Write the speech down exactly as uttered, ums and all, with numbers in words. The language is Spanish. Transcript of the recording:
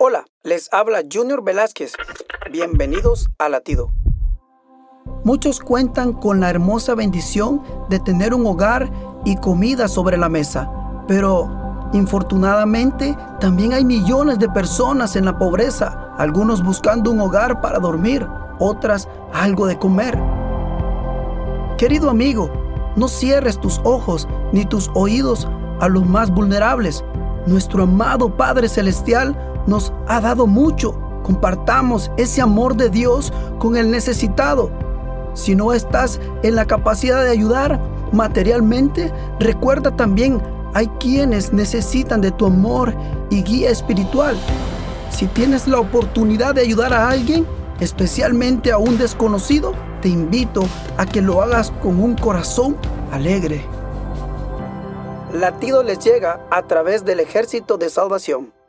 Hola, les habla Junior Velázquez. Bienvenidos a Latido. Muchos cuentan con la hermosa bendición de tener un hogar y comida sobre la mesa, pero infortunadamente también hay millones de personas en la pobreza, algunos buscando un hogar para dormir, otras algo de comer. Querido amigo, no cierres tus ojos ni tus oídos a los más vulnerables. Nuestro amado Padre Celestial nos ha dado mucho. Compartamos ese amor de Dios con el necesitado. Si no estás en la capacidad de ayudar materialmente, recuerda también, hay quienes necesitan de tu amor y guía espiritual. Si tienes la oportunidad de ayudar a alguien, especialmente a un desconocido, te invito a que lo hagas con un corazón alegre. Latido les llega a través del Ejército de Salvación.